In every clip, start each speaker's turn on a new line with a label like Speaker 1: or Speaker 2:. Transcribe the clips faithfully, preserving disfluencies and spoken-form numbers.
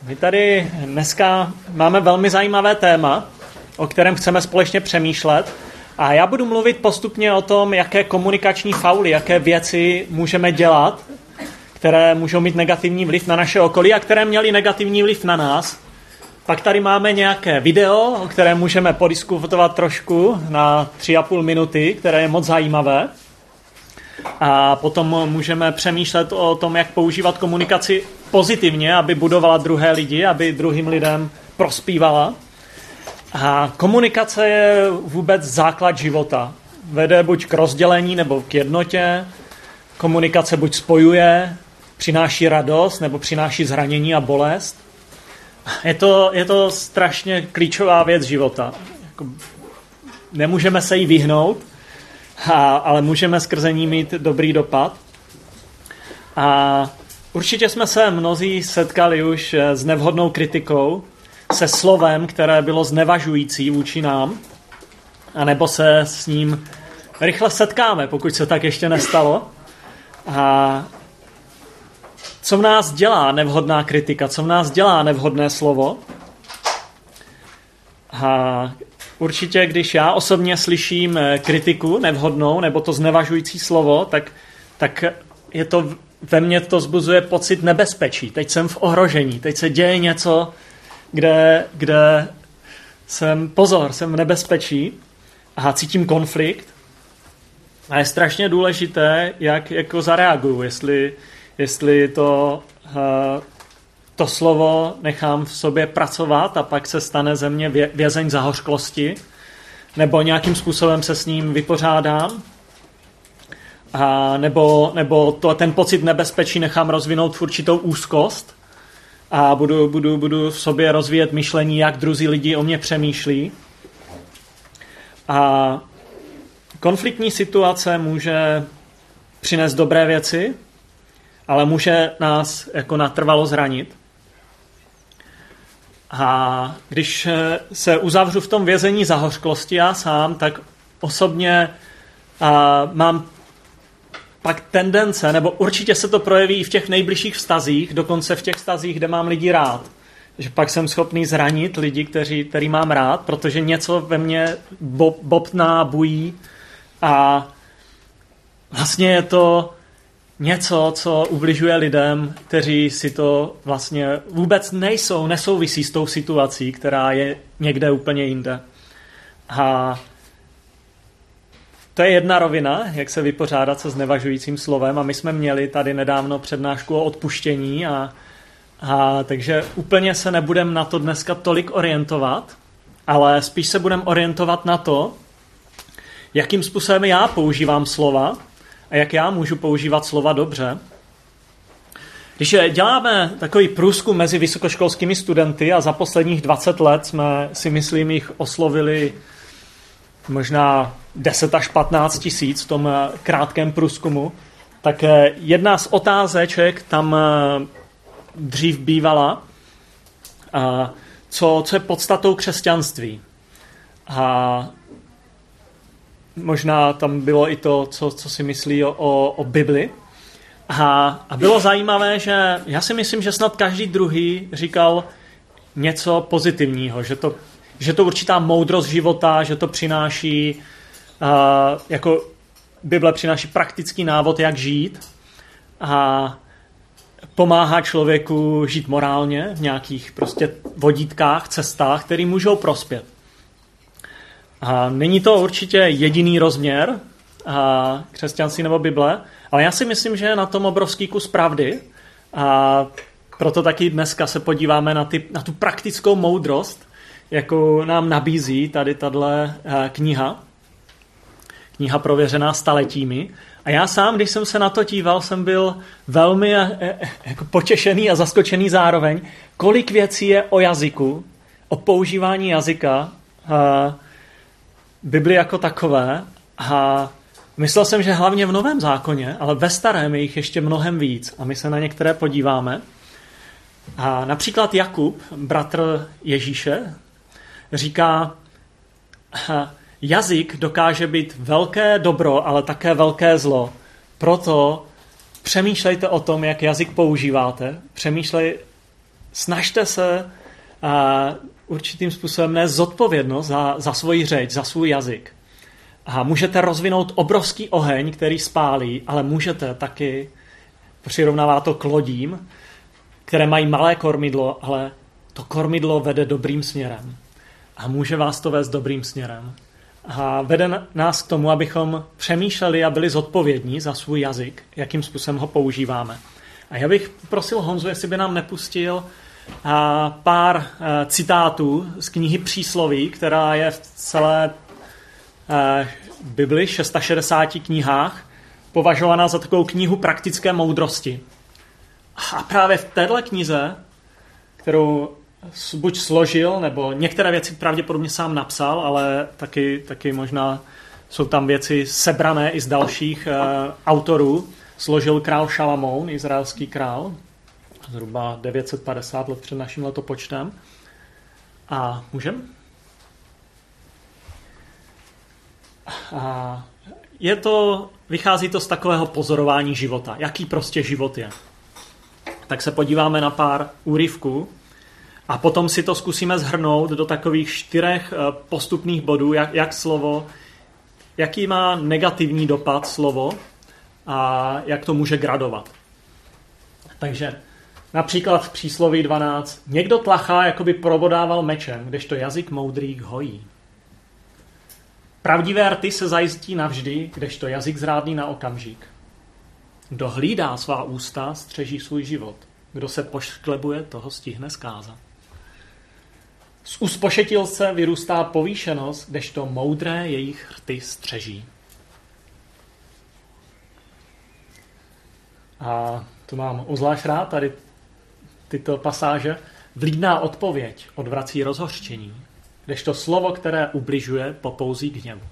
Speaker 1: My tady dneska máme velmi zajímavé téma, o kterém chceme společně přemýšlet. A já budu mluvit postupně o tom, jaké komunikační fauly, jaké věci můžeme dělat, které můžou mít negativní vliv na naše okolí a které měly negativní vliv na nás. Pak tady máme nějaké video, o kterém můžeme podiskutovat trošku na tři a půl minuty, které je moc zajímavé. A potom můžeme přemýšlet o tom, jak používat komunikaci pozitivně, aby budovala druhé lidi, aby druhým lidem prospívala. A komunikace je vůbec základ života. Vede buď k rozdělení nebo k jednotě. Komunikace buď spojuje, přináší radost nebo přináší zranění a bolest. Je to, je to strašně klíčová věc života. Nemůžeme se jí vyhnout, a, ale můžeme skrze ní mít dobrý dopad. A určitě jsme se mnozí setkali už s nevhodnou kritikou, se slovem, které bylo znevažující vůči nám, anebo se s ním rychle setkáme, pokud se tak ještě nestalo. A co v nás dělá nevhodná kritika, co v nás dělá nevhodné slovo? A určitě, když já osobně slyším kritiku nevhodnou, nebo to znevažující slovo, tak, tak je to, ve mně to vzbuzuje pocit nebezpečí. Teď jsem v ohrožení, teď se děje něco, kde, kde jsem, pozor, jsem v nebezpečí a cítím konflikt. A je strašně důležité, jak jako zareaguju, jestli, jestli to, to slovo nechám v sobě pracovat a pak se stane ze mě vězeň zahořklosti, nebo nějakým způsobem se s ním vypořádám, a nebo, nebo to, ten pocit nebezpečí nechám rozvinout v určitou úzkost a budu, budu, budu v sobě rozvíjet myšlení, jak druzí lidi o mě přemýšlí. A konfliktní situace může přinést dobré věci, ale může nás jako natrvalo zranit. A když se uzavřu v tom vězení zahořklosti já sám, tak osobně a, mám pak tendence, nebo určitě se to projeví i v těch nejbližších vztazích, dokonce v těch vztazích, kde mám lidi rád. Že pak jsem schopný zranit lidi, kteří, který mám rád, protože něco ve mně bo, bobtná, bují a vlastně je to něco, co ubližuje lidem, kteří si to vlastně vůbec nejsou, nesouvisí s tou situací, která je někde úplně jinde. A to je jedna rovina, jak se vypořádat se znevažujícím slovem a my jsme měli tady nedávno přednášku o odpuštění a, a takže úplně se nebudem na to dneska tolik orientovat, ale spíš se budem orientovat na to, jakým způsobem já používám slova a jak já můžu používat slova dobře. Když děláme takový průzkum mezi vysokoškolskými studenty a za posledních dvacet let jsme si myslím jich oslovili možná deset až patnáct tisíc v tom krátkém průzkumu, tak jedna z otázeček tam dřív bývala, co, co je podstatou křesťanství. A možná tam bylo i to, co, co si myslí o, o Bibli. A, a bylo zajímavé, že já si myslím, že snad každý druhý říkal něco pozitivního, že to, že to určitá moudrost života, že to přináší, uh, jako Bible přináší praktický návod, jak žít a pomáhá člověku žít morálně v nějakých prostě vodítkách, cestách, které můžou prospět. A není to určitě jediný rozměr a křesťanství nebo Bible, ale já si myslím, že je na tom obrovský kus pravdy a proto taky dneska se podíváme na, ty, na tu praktickou moudrost, jakou nám nabízí tady tahle kniha, kniha prověřená staletími. A já sám, když jsem se na to díval, jsem byl velmi jako potěšený a zaskočený zároveň, kolik věcí je o jazyku, o používání jazyka, Bibli jako takové. A myslel jsem, že hlavně v Novém zákoně, ale ve Starém je jich ještě mnohem víc. A my se na některé podíváme. A například Jakub, bratr Ježíše, říká, jazyk dokáže být velké dobro, ale také velké zlo. Proto přemýšlejte o tom, jak jazyk používáte. Přemýšlej snažte se a, určitým způsobem nést zodpovědnost za, za svoji řeč, za svůj jazyk. A můžete rozvinout obrovský oheň, který spálí, ale můžete taky, přirovnává to k lodím, které mají malé kormidlo, ale to kormidlo vede dobrým směrem. A může vás to vést dobrým směrem. A vede nás k tomu, abychom přemýšleli a byli zodpovědní za svůj jazyk, jakým způsobem ho používáme. A já bych prosil Honzu, jestli by nám nepustil pár citátů z knihy Přísloví, která je v celé Bibli, šedesáti šesti knihách, považovaná za takovou knihu praktické moudrosti. A právě v téhle knize, kterou buď složil, nebo některé věci pravděpodobně sám napsal, ale taky, taky možná jsou tam věci sebrané i z dalších uh, autorů, složil král Šalamoun, izraelský král, zhruba devět set padesát let před naším letopočtem. A můžem? A je to, vychází to z takového pozorování života. Jaký prostě život je. Tak se podíváme na pár úryvků a potom si to zkusíme shrnout do takových čtyřech postupných bodů, jak, jak slovo, jaký má negativní dopad slovo a jak to může gradovat. Takže například v Přísloví dvanáct. Někdo tlachá, jako by probodával mečem, kdežto jazyk moudrých hojí. Pravdivé rty se zajistí navždy, kdežto jazyk zrádný na okamžik. Kdo hlídá svá ústa, střeží svůj život. Kdo se pošklebuje, toho stihne zkázat. Z úst pošetilce vyrůstá povýšenost, kdežto moudré jejich rty střeží. A tu mám uzvlášť rád tady tyto pasáže. Vlídná odpověď odvrací rozhořčení, kdežto slovo, které ubližuje, popouzí k hněvu.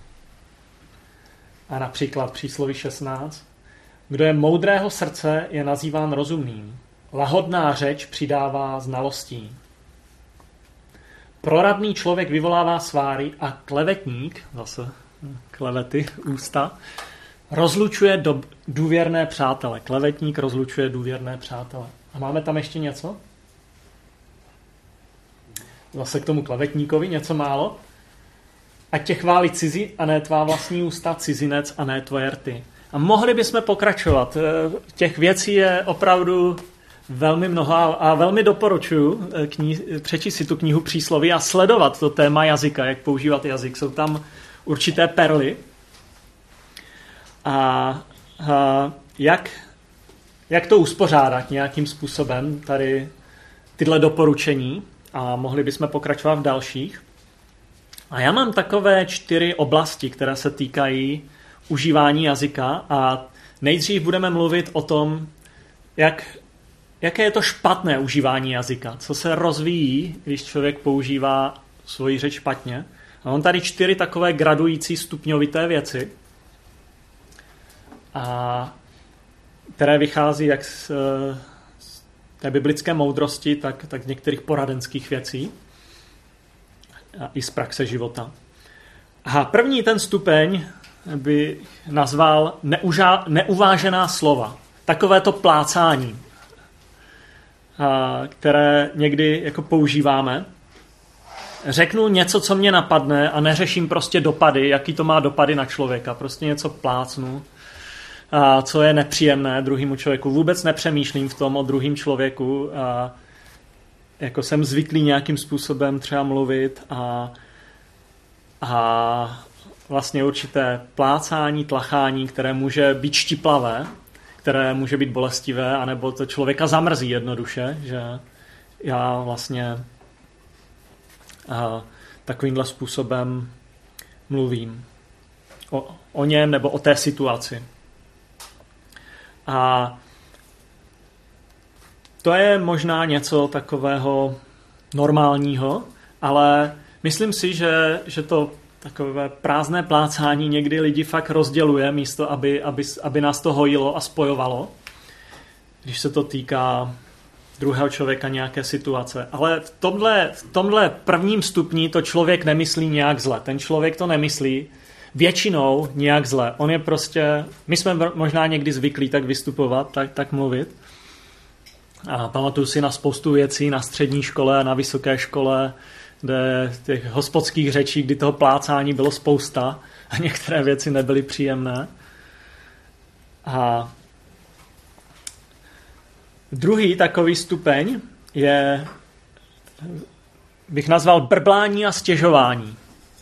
Speaker 1: A například Přísloví šestnáct. Kdo je moudrého srdce, je nazýván rozumným. Lahodná řeč přidává znalostí. Proradný člověk vyvolává sváry a klevetník, zase klevety, ústa, rozlučuje do, důvěrné přátele. Klevetník rozlučuje důvěrné přátele. A máme tam ještě něco? Zase k tomu klevetníkovi něco málo. Ať tě chválí cizí a ne tvá vlastní ústa, cizinec a ne tvoje rty. A mohli bychom pokračovat. Těch věcí je opravdu velmi mnoho a velmi doporučuji kni- přečíst si tu knihu Přísloví a sledovat to téma jazyka, jak používat jazyk. Jsou tam určité perly. A, a jak, jak to uspořádat nějakým způsobem, tady tyhle doporučení, a mohli bychom pokračovat v dalších. A já mám takové čtyři oblasti, které se týkají užívání jazyka a nejdřív budeme mluvit o tom, jak, jaké je to špatné užívání jazyka, co se rozvíjí, když člověk používá svoji řeč špatně. A mám tady čtyři takové gradující stupňovité věci, a které vychází jak z, z té biblické moudrosti, tak, tak z některých poradenských věcí a i z praxe života. A první ten stupeň bych nazval neuža, neuvážená slova. Takové to plácání, a, které někdy jako používáme. Řeknu něco, co mě napadne a neřeším prostě dopady, jaký to má dopady na člověka. Prostě něco plácnu, a co je nepříjemné druhému člověku. Vůbec nepřemýšlím v tom o druhém člověku. A jako jsem zvyklý nějakým způsobem třeba mluvit a, a vlastně určité plácání, tlachání, které může být štiplavé, které může být bolestivé, anebo to člověka zamrzí jednoduše, že já vlastně a, takovýmhle způsobem mluvím o, o něm nebo o té situaci. A to je možná něco takového normálního, ale myslím si, že, že to takové prázdné plácání někdy lidi fakt rozděluje místo, aby, aby, aby nás to hojilo a spojovalo, když se to týká druhého člověka nějaké situace. Ale v tomhle, v tomhle prvním stupni to člověk nemyslí nějak zle. Ten člověk to nemyslí většinou nějak zle. On je prostě, my jsme možná někdy zvyklí tak vystupovat, tak, tak mluvit. A pamatuju si na spoustu věcí na střední škole a na vysoké škole, kde těch hospodských řečí, kdy toho plácání bylo spousta a některé věci nebyly příjemné. A druhý takový stupeň je, bych nazval brblání a stěžování.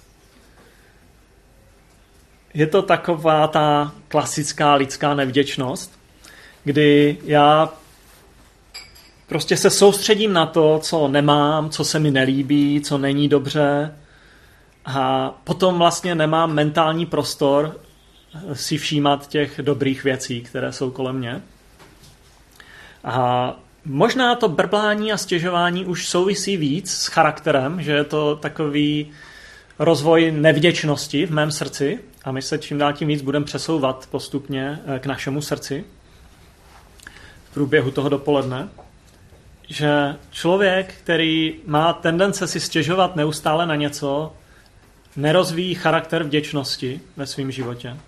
Speaker 1: Je to taková ta klasická lidská nevděčnost, kdy já prostě se soustředím na to, co nemám, co se mi nelíbí, co není dobře a potom vlastně nemám mentální prostor si všímat těch dobrých věcí, které jsou kolem mě. A možná to brblání a stěžování už souvisí víc s charakterem, že je to takový rozvoj nevděčnosti v mém srdci a my se čím dál tím víc budeme přesouvat postupně k našemu srdci v průběhu toho dopoledne, že člověk, který má tendence si stěžovat neustále na něco, nerozvíjí charakter vděčnosti ve svém životě.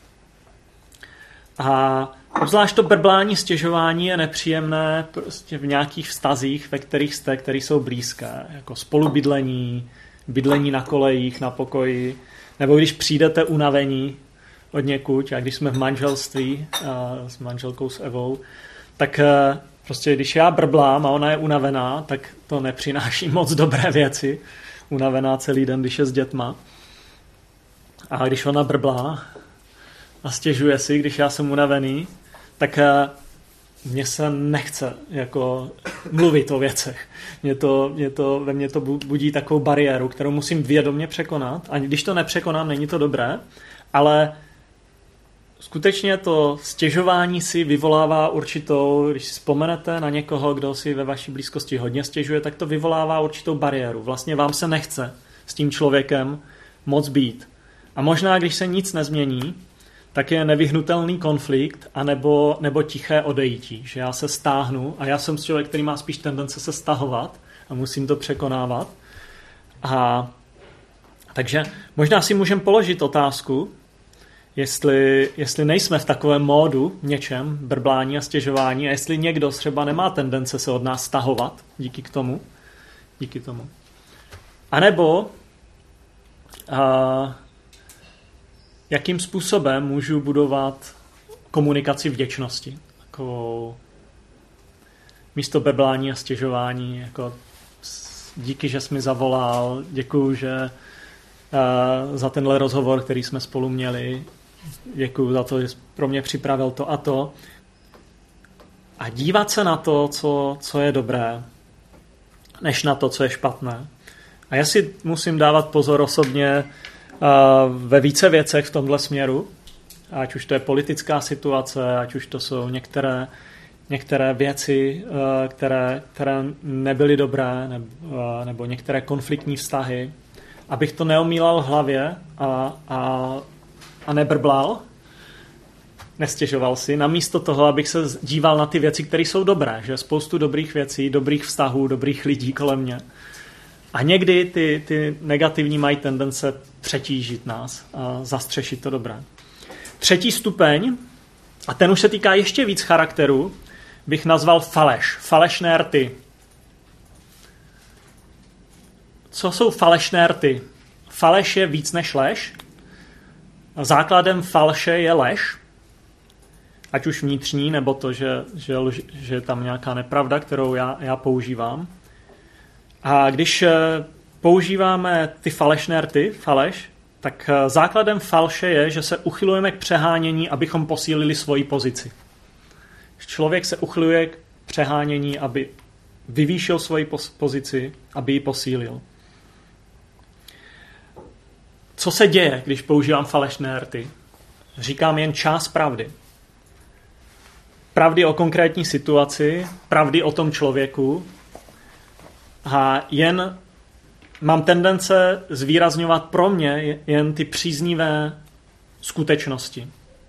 Speaker 1: A obzvlášť to brblání, stěžování je nepříjemné prostě v nějakých vztazích, ve kterých jste, které jsou blízké, jako spolubydlení, bydlení na kolejích, na pokoji, nebo když přijdete unavení od někud, a když jsme v manželství a s manželkou s Evou, tak prostě když já brblám a ona je unavená, tak to nepřináší moc dobré věci. Unavená celý den, když je s dětma. A když ona brblá a stěžuje si, když já jsem unavený, tak mně se nechce jako mluvit o věcech. Mě to, mě to, ve mně to budí takovou bariéru, kterou musím vědomě překonat. A když to nepřekonám, není to dobré, ale skutečně to stěžování si vyvolává určitou, když si vzpomenete na někoho, kdo si ve vaší blízkosti hodně stěžuje, tak to vyvolává určitou bariéru. Vlastně vám se nechce s tím člověkem moc být. A možná, když se nic nezmění, tak je nevyhnutelný konflikt anebo, nebo tiché odejítí, že já se stáhnu a já jsem člověk, který má spíš tendence se stahovat a musím to překonávat. A takže možná si můžeme položit otázku, jestli, jestli nejsme v takovém módu něčem, brblání a stěžování, a jestli někdo třeba nemá tendence se od nás stahovat díky k tomu. Díky tomu. A nebo a, jakým způsobem můžu budovat komunikaci vděčnosti. Takovou místo brblání a stěžování, jako díky, že jsi mi zavolal, děkuju, že uh, za tenhle rozhovor, který jsme spolu měli, děkuju za to, že jsi pro mě připravil to a to. A dívat se na to, co, co je dobré, než na to, co je špatné. A já si musím dávat pozor osobně ve více věcech v tomhle směru, ať už to je politická situace, ať už to jsou některé, některé věci, které, které nebyly dobré, nebo, nebo některé konfliktní vztahy, abych to neomílal v hlavě a, a, a nebrblal, nestěžoval si, namísto toho, abych se díval na ty věci, které jsou dobré, že spoustu dobrých věcí, dobrých vztahů, dobrých lidí kolem mě. A někdy ty, ty negativní mají tendence přetížit nás a zastřešit to dobré. Třetí stupeň, a ten už se týká ještě víc charakteru, bych nazval faleš, falešné rty. Co jsou falešné rty? Faleš je víc než lež. Základem falše je lež, ať už vnitřní, nebo to, že, že, že je tam nějaká nepravda, kterou já, já používám. A když používáme ty falešné rty, faleš, tak základem falše je, že se uchylujeme k přehánění, abychom posílili svoji pozici. Člověk se uchyluje k přehánění, aby vyvýšil svoji pozici, aby ji posílil. Co se děje, když používám falešné rty? Říkám jen část pravdy. Pravdy o konkrétní situaci, pravdy o tom člověku, a jen mám tendence zvýrazňovat pro mě jen ty příznivé skutečnosti.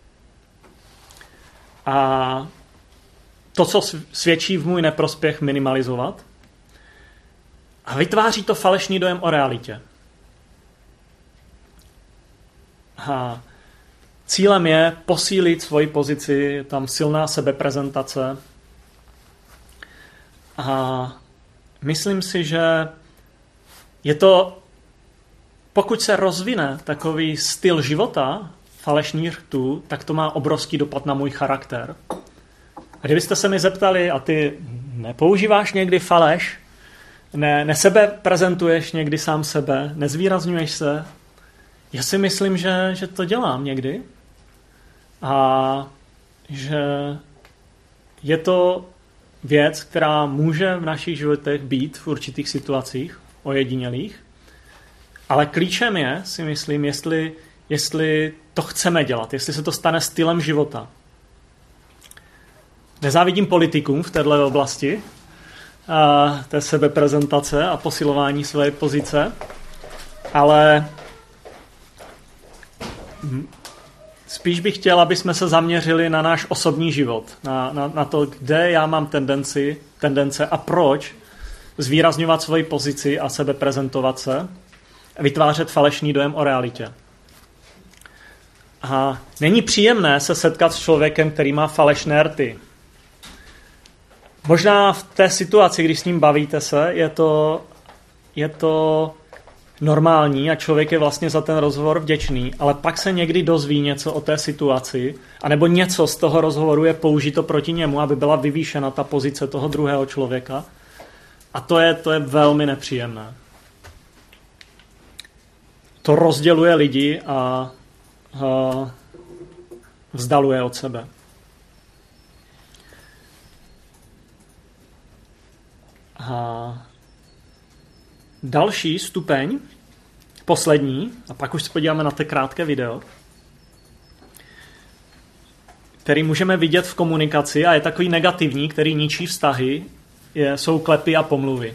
Speaker 1: A to, co svědčí v můj neprospěch, minimalizovat. A vytváří to falešný dojem o realitě. A cílem je posílit svoji pozici, je tam silná sebeprezentace. A myslím si, že je to, pokud se rozvine takový styl života falešných rtů, tak to má obrovský dopad na můj charakter. A kdybyste se mi zeptali, a ty nepoužíváš někdy faleš, ne, nesebe prezentuješ někdy sám sebe, nezvýrazňuješ se, já si myslím, že, že to dělám někdy. A že je to věc, která může v našich životech být v určitých situacích ojedinělých, ale klíčem je, si myslím, jestli, jestli to chceme dělat, jestli se to stane stylem života. Nezávidím politikům v této oblasti, a té sebeprezentace a posilování své pozice, ale spíš bych chtěl, aby jsme se zaměřili na náš osobní život, na, na, na to, kde já mám tendenci, tendence a proč zvýrazňovat svoji pozici a sebeprezentovat se, vytvářet falešný dojem o realitě. A není příjemné se setkat s člověkem, který má falešné rty. Možná v té situaci, když s ním bavíte se, je to, je to normální a člověk je vlastně za ten rozhovor vděčný, ale pak se někdy dozví něco o té situaci, anebo něco z toho rozhovoru je použito proti němu, aby byla vyvýšena ta pozice toho druhého člověka. A to je, to je velmi nepříjemné. To rozděluje lidi a, a vzdaluje od sebe. A další stupeň, poslední, a pak už se podíváme na to krátké video, který můžeme vidět v komunikaci a je takový negativní, který ničí vztahy, je, jsou klepy a pomluvy.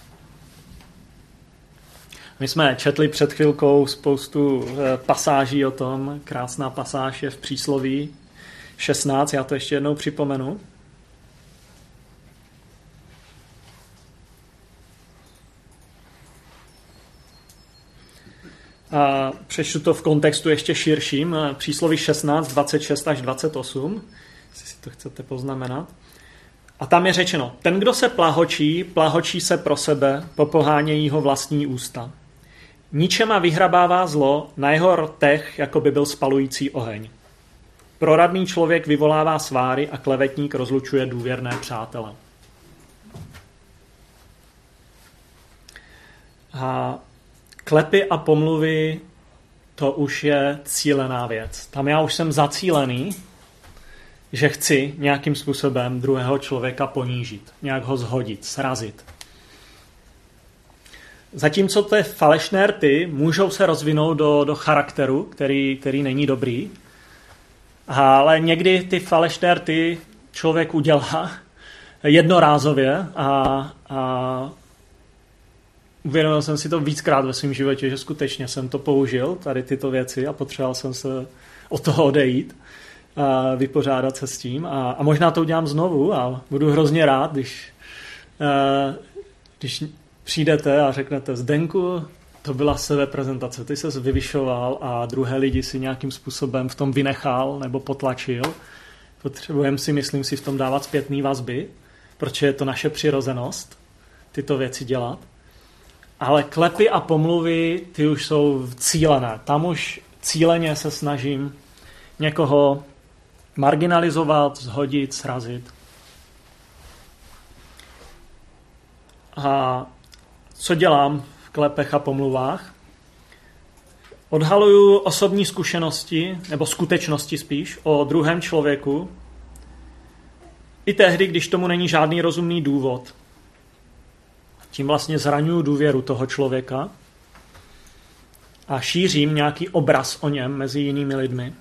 Speaker 1: My jsme četli před chvilkou spoustu pasáží o tom, krásná pasáž je v přísloví šestnáct, já to ještě jednou připomenu. A přečtu to v kontextu ještě širším, přísloví šestnáct, dvacet šest až dvacet osm, jestli si to chcete poznamenat. A tam je řečeno, ten, kdo se plahočí, plahočí se pro sebe, popohánějí ho vlastní ústa. Ničema vyhrabává zlo, na jeho rtech, jako by byl spalující oheň. Proradný člověk vyvolává sváry a klevetník rozlučuje důvěrné přátele. A klepy a pomluvy, to už je cílená věc. Tam já už jsem zacílený, že chci nějakým způsobem druhého člověka ponížit, nějak ho zhodit, srazit. Zatímco ty falešné rty můžou se rozvinout do, do charakteru, který, který není dobrý, ale někdy ty falešné rty člověk udělá jednorázově a, a uvědomil jsem si to víckrát ve svém životě, že skutečně jsem to použil, tady tyto věci, a potřeboval jsem se od toho odejít, a vypořádat se s tím. A, a možná to udělám znovu a budu hrozně rád, když, když přijdete a řeknete, Zdenku, to byla sebeprezentace, ty ses vyvyšoval a druhé lidi si nějakým způsobem v tom vynechal nebo potlačil. Potřebujeme si, myslím si, v tom dávat zpětný vazby, protože je to naše přirozenost tyto věci dělat. Ale klepy a pomluvy, ty už jsou cílené. Tam už cíleně se snažím někoho marginalizovat, zhodit, srazit. A co dělám v klepech a pomluvách? Odhaluju osobní zkušenosti, nebo skutečnosti spíš, o druhém člověku, i tehdy, když tomu není žádný rozumný důvod. Tím vlastně zraňuju důvěru toho člověka a šířím nějaký obraz o něm mezi jinými lidmi.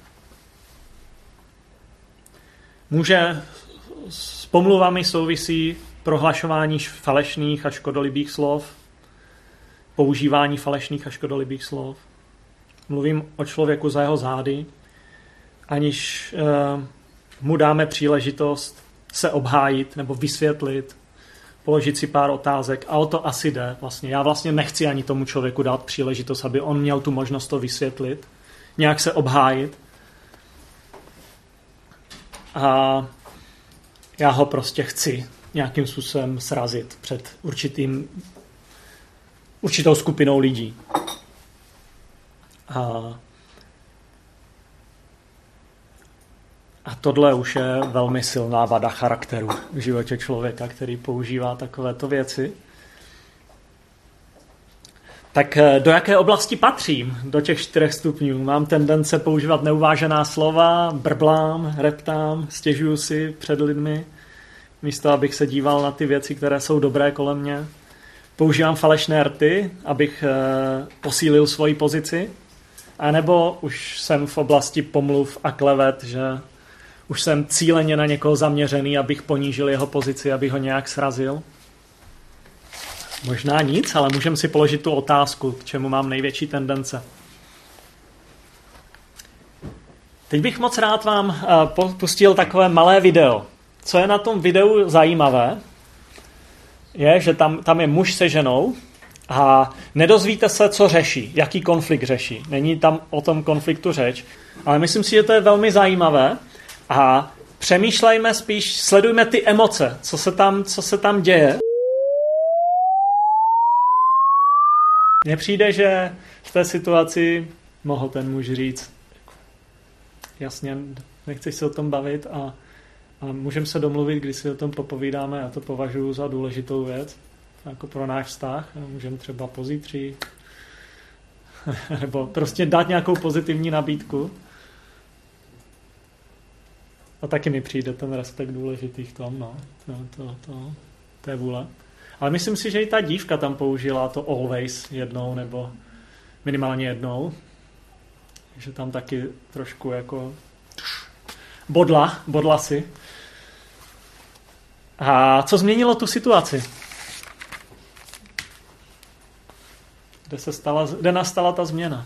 Speaker 1: Může s pomluvami souvisí prohlašování falešných a škodolibých slov, používání falešných a škodolibých slov. Mluvím o člověku za jeho zády, aniž eh, mu dáme příležitost se obhájit nebo vysvětlit, položit si pár otázek, a o to asi jde. Vlastně. Já vlastně nechci ani tomu člověku dát příležitost, aby on měl tu možnost to vysvětlit, nějak se obhájit. A já ho prostě chci nějakým způsobem srazit před určitým, určitou skupinou lidí. A, a tohle už je velmi silná vada charakteru v životě člověka, který používá takovéto věci. Tak do jaké oblasti patřím? Do těch čtyřech stupňů. Mám tendence používat neuvážená slova, brblám, reptám, stěžuju si před lidmi, místo abych se díval na ty věci, které jsou dobré kolem mě. Používám falešné rty, abych eh, posílil svoji pozici. A nebo už jsem v oblasti pomluv a klevet, že už jsem cíleně na někoho zaměřený, abych ponížil jeho pozici, abych ho nějak srazil. Možná nic, ale můžeme si položit tu otázku, k čemu mám největší tendence. Teď bych moc rád vám pustil takové malé video. Co je na tom videu zajímavé, je, že tam, tam je muž se ženou a nedozvíte se, co řeší, jaký konflikt řeší. Není tam o tom konfliktu řeč, ale myslím si, že to je velmi zajímavé a přemýšlejme spíš, sledujme ty emoce, co se tam, co se tam děje. Mně přijde, že v té situaci mohl ten muž říct, jasně, nechceš se o tom bavit a, a můžeme se domluvit, když si o tom popovídáme, já to považuji za důležitou věc, jako pro náš vztah, můžeme třeba pozítří, nebo prostě dát nějakou pozitivní nabídku. A taky mi přijde ten respekt důležitý v tom, no, to, to, to, to je vůle. Ale myslím si, že i ta dívka tam použila to always jednou, nebo minimálně jednou. Že tam taky trošku jako bodla, bodla si. A co změnilo tu situaci? Kde se stala, kde nastala ta změna?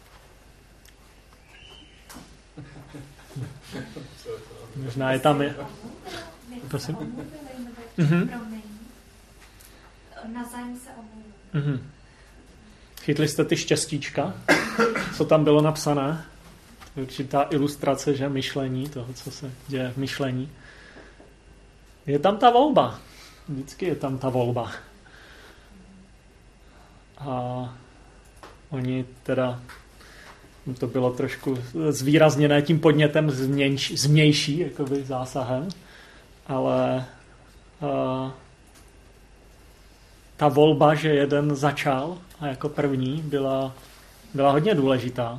Speaker 1: Možná je tam... Je... Prosím. Mhm.
Speaker 2: Navzájem se omluví.
Speaker 1: Mm-hmm. Chytli jste ty štěstíčka, co tam bylo napsané? Určitá ilustrace, že myšlení, toho, co se děje v myšlení. Je tam ta volba. Vždycky je tam ta volba. A oni teda, to bylo trošku zvýrazněné tím podnětem změnš, zmější, jakoby zásahem, ale uh, ta volba, že jeden začal a jako první byla, byla hodně důležitá.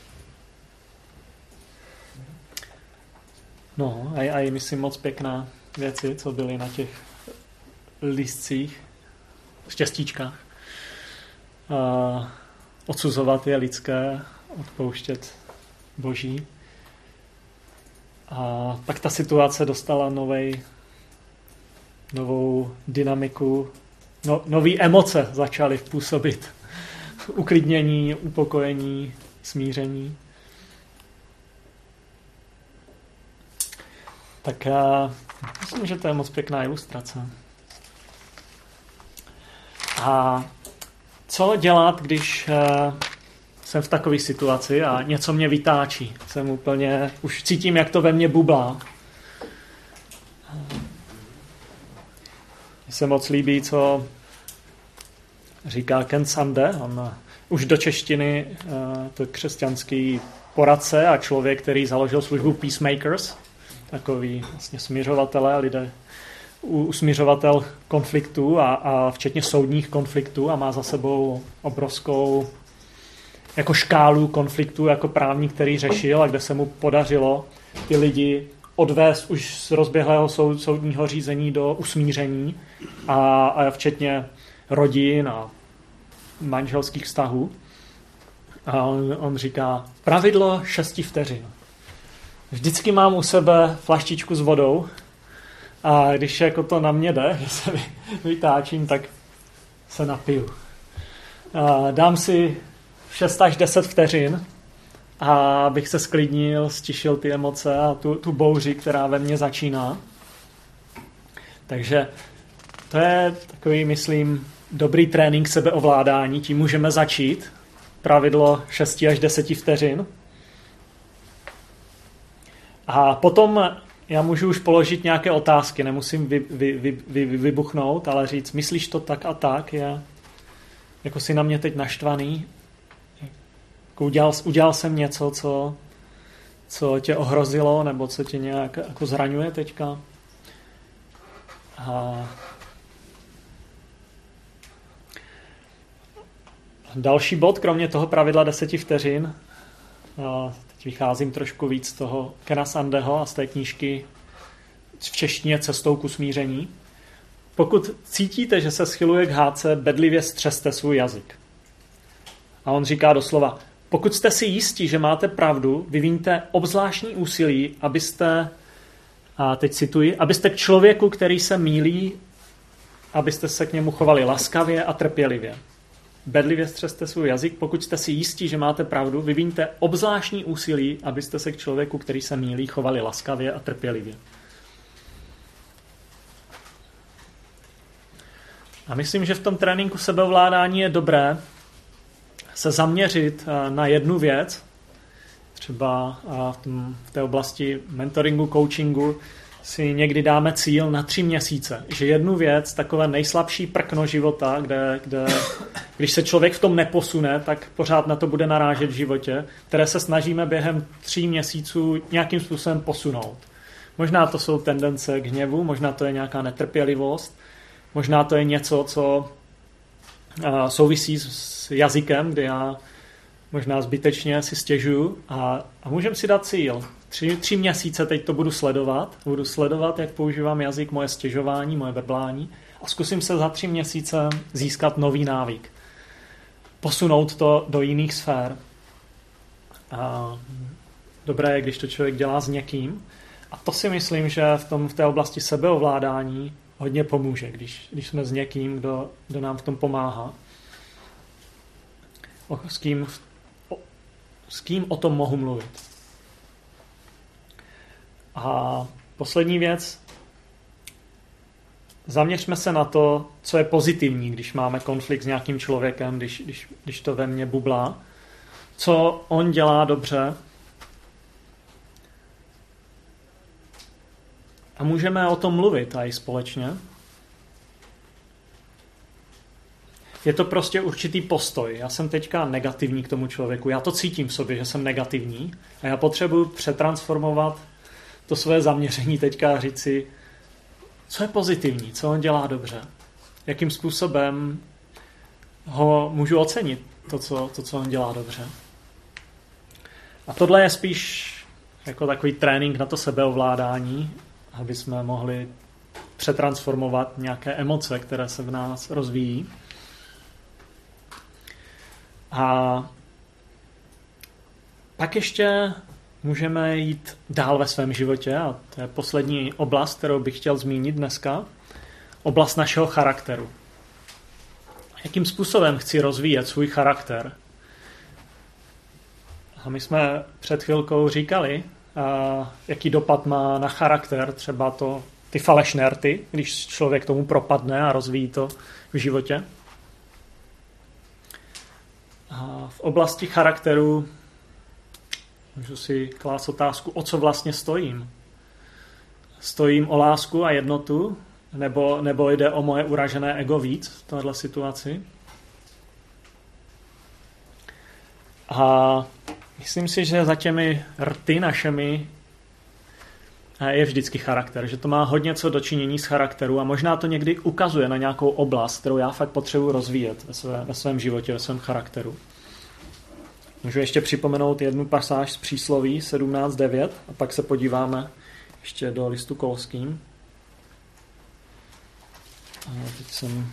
Speaker 1: No a, a i myslím moc pěkná věci, co byly na těch lístcích, štěstíčkách. Uh, odsuzovat je lidské, odpouštět boží. A pak ta situace dostala novej, novou dynamiku, no, nový emoce začaly působit. Uklidnění, upokojení, smíření. Tak já myslím, že to je moc pěkná ilustrace. A co dělat, když jsem v takové situaci a něco mě vytáčí? Jsem úplně, už cítím, jak to ve mně bublá. Mně se moc líbí, co říká Ken Sande. On už do češtiny, to je křesťanský poradce a člověk, který založil službu Peacemakers, takový vlastně smiřovatelé, lidé, usmiřovatel konfliktů a, a včetně soudních konfliktů a má za sebou obrovskou jako škálu konfliktů jako právník, který řešil a kde se mu podařilo ty lidi odvést už z rozběhlého soud, soudního řízení do usmíření a, a včetně rodin a manželských vztahů. A on, on říká, pravidlo šesti vteřin. Vždycky mám u sebe flaštičku s vodou a když jako to na mě jde, že se vytáčím, tak se napiju. A dám si šest až deset vteřin, a abych se sklidnil, stišil ty emoce a tu, tu bouři, která ve mně začíná. Takže to je takový, myslím, dobrý trénink sebeovládání. Tím můžeme začít. Pravidlo šest až deset vteřin. A potom já můžu už položit nějaké otázky, nemusím vy, vy, vy, vy, vybuchnout, ale říct, myslíš to tak a tak, je, jako jsi na mě teď naštvaný, jako udělal, udělal jsem něco, co, co tě ohrozilo, nebo co tě nějak jako zraňuje teďka. A další bod, kromě toho pravidla deseti vteřin, a teď vycházím trošku víc z toho Kena Sandeho a z té knížky v češtině Cestou k usmíření. Pokud cítíte, že se schyluje k hádce, bedlivě střeste svůj jazyk. A on říká doslova, pokud jste si jistí, že máte pravdu, vyvíjte obzvláštní úsilí, abyste, a teď cituji, abyste k člověku, který se mýlí, abyste se k němu chovali laskavě a trpělivě. Bedlivě střeste svůj jazyk, pokud jste si jistí, že máte pravdu, vyvíjte obzvláštní úsilí, abyste se k člověku, který se mýlí, chovali laskavě a trpělivě. A myslím, že v tom tréninku sebeovládání je dobré se zaměřit na jednu věc, třeba v, tom, v té oblasti mentoringu, coachingu, si někdy dáme cíl na tři měsíce, že jednu věc, takové nejslabší prkno života, kde, kde když se člověk v tom neposune, tak pořád na to bude narážet v životě, které se snažíme během tří měsíců nějakým způsobem posunout. Možná to jsou tendence k hněvu, možná to je nějaká netrpělivost, možná to je něco, co souvisí s jazykem, kde já možná zbytečně si stěžuju a, a můžeme si dát cíl. Tři, tři měsíce teď to budu sledovat. Budu sledovat, jak používám jazyk, moje stěžování, moje verblání a zkusím se za tři měsíce získat nový návyk. Posunout to do jiných sfér. A dobré je, když to člověk dělá s někým. A to si myslím, že v, tom, v té oblasti sebeovládání hodně pomůže, když, když jsme s někým, kdo, kdo nám v tom pomáhá. O, s, kým, o, s kým o tom mohu mluvit. A poslední věc. Zaměřme se na to, co je pozitivní, když máme konflikt s nějakým člověkem, když, když, když to ve mně bublá. Co on dělá dobře. A můžeme o tom mluvit i společně. Je to prostě určitý postoj. Já jsem teďka negativní k tomu člověku. Já to cítím v sobě, že jsem negativní. A já potřebuji přetransformovat to své zaměření teďka a říct si, co je pozitivní, co on dělá dobře. Jakým způsobem ho můžu ocenit, to, co, to, co on dělá dobře. A tohle je spíš jako takový trénink na to sebeovládání, aby jsme mohli přetransformovat nějaké emoce, které se v nás rozvíjí. A pak ještě můžeme jít dál ve svém životě a to je poslední oblast, kterou bych chtěl zmínit dneska. Oblast našeho charakteru. Jakým způsobem chci rozvíjet svůj charakter? A my jsme před chvilkou říkali, a jaký dopad má na charakter třeba to, ty falešné rty, když člověk tomu propadne a rozvíjí to v životě. A v oblasti charakteru můžu si klást otázku, o co vlastně stojím. Stojím o lásku a jednotu, nebo, nebo jde o moje uražené ego víc v této situaci. A myslím si, že za těmi rty našimi je vždycky charakter, že to má hodně co dočinění s charakteru a možná to někdy ukazuje na nějakou oblast, kterou já fakt potřebuji rozvíjet ve, své, ve svém životě, ve svém charakteru. Můžu ještě připomenout jednu pasáž z přísloví sedmnáct devět a pak se podíváme ještě do listu Koloským. A teď jsem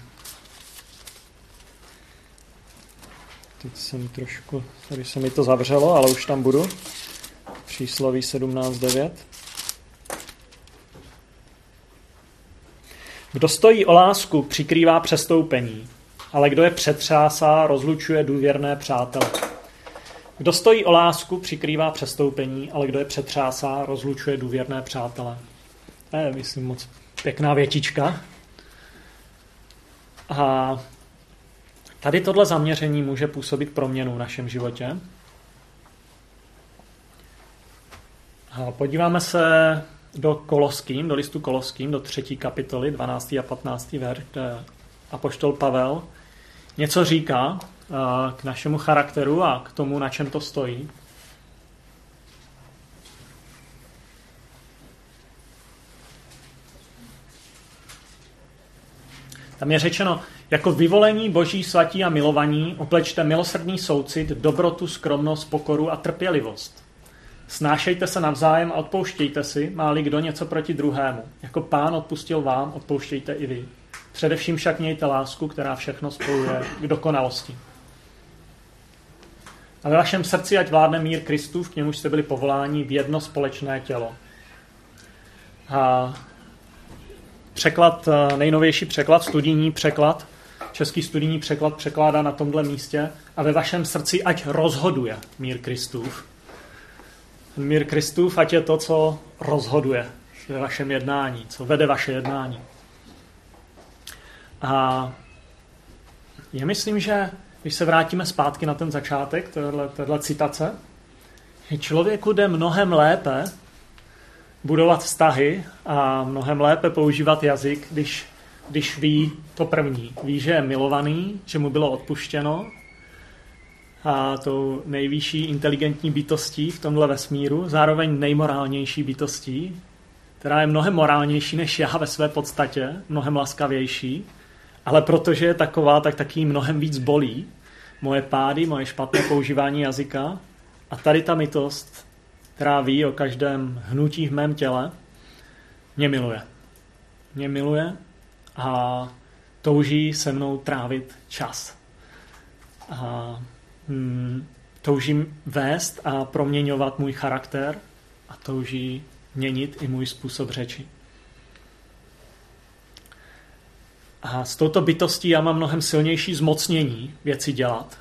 Speaker 1: teď jsem trošku, tady se mi to zavřelo, ale už tam budu. Přísloví sedmnáct devět. Kdo stojí o lásku, přikrývá přestoupení, ale kdo je přetřásá, rozlučuje důvěrné přátele. Kdo stojí o lásku, přikrývá přestoupení, ale kdo je přetřásá, rozlučuje důvěrné přátele. To je, myslím, moc pěkná větička. A tady tohle zaměření může působit proměnu v našem životě. A podíváme se do Koloským, do listu Koloským, do třetí kapitoly, dvanáctý a patnáctý verš, kde apoštol Pavel něco říká k našemu charakteru a k tomu, na čem to stojí. Tam je řečeno, jako vyvolení boží svatí a milovaní oplečte milosrdný soucit, dobrotu, skromnost, pokoru a trpělivost. Snášejte se navzájem a odpouštějte si, má-li kdo něco proti druhému. Jako Pán odpustil vám, odpouštějte i vy. Především však mějte lásku, která všechno spojuje k dokonalosti. A ve vašem srdci ať vládne mír Kristův, k němuž jste byli povoláni v jedno společné tělo. A překlad, nejnovější překlad, studijní překlad, český studijní překlad překládá na tomhle místě a ve vašem srdci ať rozhoduje mír Kristův. Mír Kristův ať je to, co rozhoduje ve vašem jednání, co vede vaše jednání. A já myslím, že když se vrátíme zpátky na ten začátek téhle citace, že člověku jde mnohem lépe budovat vztahy a mnohem lépe používat jazyk, když, když ví to první. Ví, že je milovaný, že mu bylo odpuštěno a tou nejvyšší inteligentní bytostí v tomhle vesmíru, zároveň nejmorálnější bytostí, která je mnohem morálnější než já ve své podstatě, mnohem laskavější, ale protože je taková, tak taky mnohem víc bolí moje pády, moje špatné používání jazyka. A tady ta bytost, která ví o každém hnutí v mém těle, mě miluje. Mě miluje a touží se mnou trávit čas. A hmm, touží vést a proměňovat můj charakter a touží měnit i můj způsob řeči. A s touto bytostí já mám mnohem silnější zmocnění věci dělat.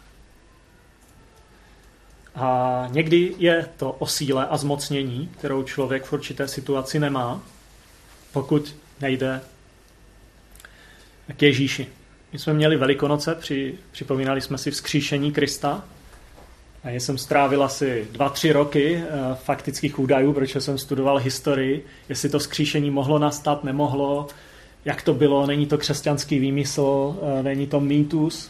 Speaker 1: A někdy je to o síle a zmocnění, kterou člověk v určité situaci nemá, pokud nejde k Ježíši. My jsme měli Velikonoce, při, připomínali jsme si vzkříšení Krista. A já jsem strávil asi dva, tři roky e, faktických údajů, protože jsem studoval historii, jestli to vzkříšení mohlo nastat, nemohlo, jak to bylo, není to křesťanský výmysl, e, není to mýtus.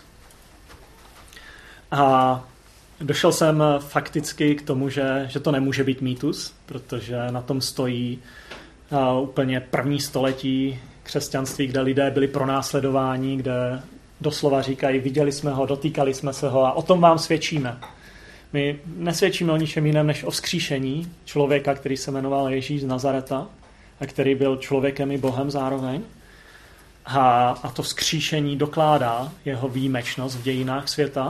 Speaker 1: A došel jsem fakticky k tomu, že, že to nemůže být mýtus, protože na tom stojí uh, úplně první století křesťanství, kde lidé byli pronásledováni, kde doslova říkají, viděli jsme ho, dotýkali jsme se ho a o tom vám svědčíme. My nesvědčíme o ničem jiném než o vzkříšení člověka, který se jmenoval Ježíš z Nazareta a který byl člověkem i Bohem zároveň. A, a to vzkříšení dokládá jeho výjimečnost v dějinách světa.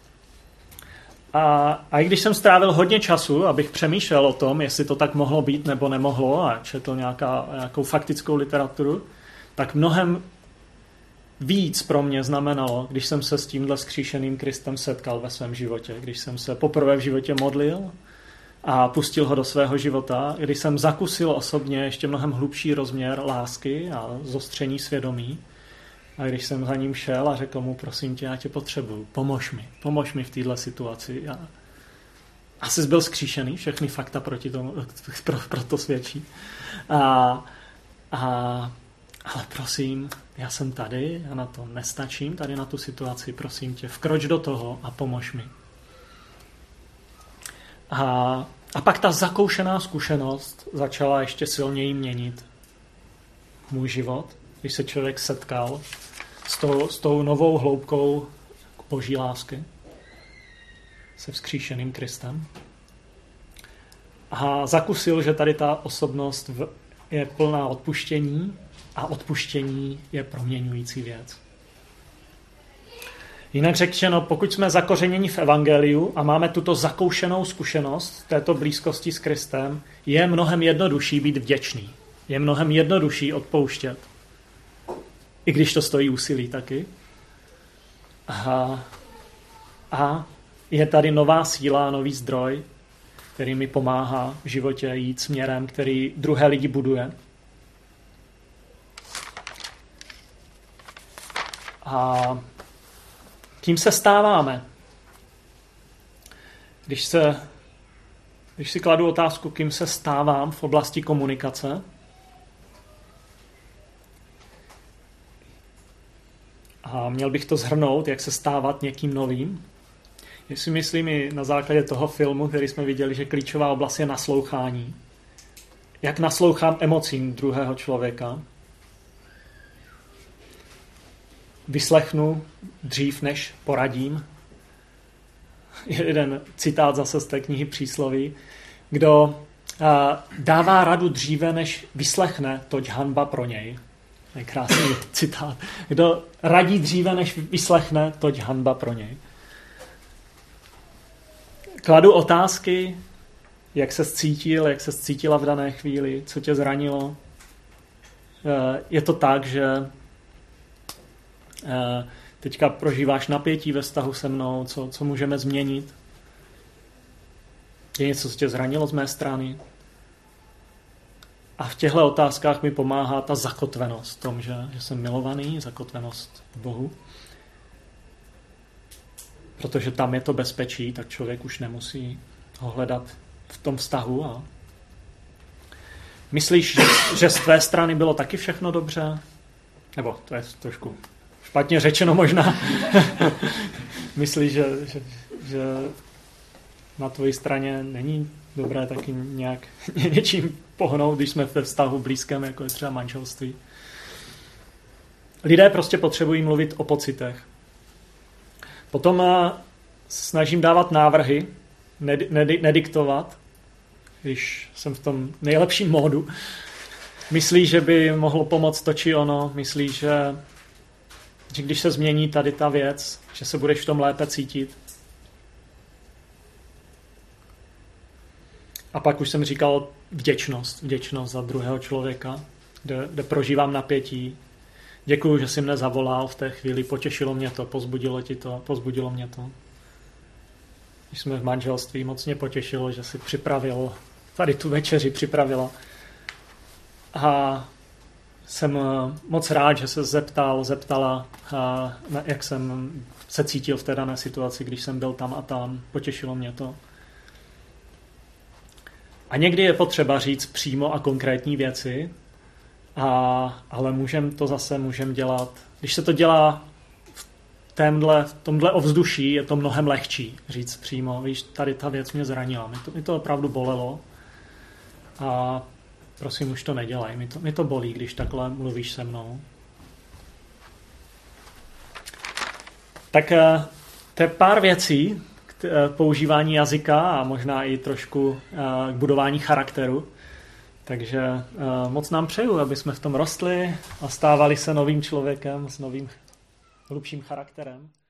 Speaker 1: A, a i když jsem strávil hodně času, abych přemýšlel o tom, jestli to tak mohlo být nebo nemohlo a četl nějaká, nějakou faktickou literaturu, tak mnohem víc pro mě znamenalo, když jsem se s tímhle vzkříšeným Kristem setkal ve svém životě, když jsem se poprvé v životě modlil a pustil ho do svého života, když jsem zakusil osobně ještě mnohem hlubší rozměr lásky a zostření svědomí. A když jsem za ním šel a řekl mu, prosím tě, já tě potřebuju, pomož mi, pomož mi v této situaci. A asi jsi byl zkříšený, všechny fakta proti tomu, pro, pro to svědčí. A, a, ale prosím, já jsem tady, já na to nestačím, tady na tu situaci, prosím tě, vkroč do toho a pomož mi. A, a pak ta zakoušená zkušenost začala ještě silněji měnit můj život, když se člověk setkal s tou, s tou novou hloubkou boží lásky, se vzkříšeným Kristem. A zakusil, že tady ta osobnost je plná odpuštění a odpuštění je proměňující věc. Jinak řečeno, pokud jsme zakořeněni v evangeliu a máme tuto zakoušenou zkušenost této blízkosti s Kristem, je mnohem jednodušší být vděčný. Je mnohem jednodušší odpouštět. I když to stojí úsilí taky. A, a je tady nová síla, nový zdroj, který mi pomáhá v životě jít směrem, který druhé lidi buduje. A tím se stáváme. Když se Když si kladu otázku, kým se stávám v oblasti komunikace, a měl bych to shrnout, jak se stávat někým novým, jestli myslím i na základě toho filmu, který jsme viděli, že klíčová oblast je naslouchání. Jak naslouchám emocím druhého člověka. Vyslechnu dřív, než poradím. Jeden citát zase z té knihy Přísloví. Kdo dává radu dříve, než vyslechne, toť hanba pro něj. To je krásný citát. Kdo radí dříve, než vyslechne, toť hanba pro něj. Kladu otázky, jak se cítil, jak se cítila v dané chvíli, co tě zranilo. Je to tak, že teďka prožíváš napětí ve vztahu se mnou, co, co můžeme změnit. Je něco, co tě zranilo z mé strany. A v těchto otázkách mi pomáhá ta zakotvenost v tom, že, že jsem milovaný, zakotvenost v Bohu. Protože tam je to bezpečí, tak člověk už nemusí ho hledat v tom vztahu. A myslíš, že, že z tvé strany bylo taky všechno dobře? Nebo to je trošku špatně řečeno možná. Myslíš, že, že, že na tvojí straně není dobré taky nějak něčím pohnout, když jsme ve vztahu blízkém, jako je třeba manželství? Lidé prostě potřebují mluvit o pocitech. Potom snažím dávat návrhy, nediktovat, když jsem v tom nejlepším módu. Myslíš, že by mohlo pomoct to či ono? Myslíš, že, že když se změní tady ta věc, že se budeš v tom lépe cítit? A pak už jsem říkal vděčnost, vděčnost za druhého člověka, kde, kde prožívám napětí. Děkuju, že jsi mne zavolal v té chvíli, potěšilo mě to, pozbudilo ti to, pozbudilo mě to. Když jsme v manželství, moc mě potěšilo, že jsi připravil, tady tu večeři připravila. A jsem moc rád, že se zeptal, zeptala, a jak jsem se cítil v té dané situaci, když jsem byl tam a tam. Potěšilo mě to. A někdy je potřeba říct přímo a konkrétní věci, a, ale můžem to zase můžem dělat. Když se to dělá v, témhle, v tomhle ovzduší, je to mnohem lehčí říct přímo. Víš, tady ta věc mě zranila. Mě to, mě to opravdu bolelo. A prosím, už to nedělej. Mě to, mě to bolí, když takhle mluvíš se mnou. Tak to je pár věcí k používání jazyka a možná i trošku k budování charakteru. Takže moc nám přeju, aby jsme v tom rostli a stávali se novým člověkem s novým hlubším charakterem.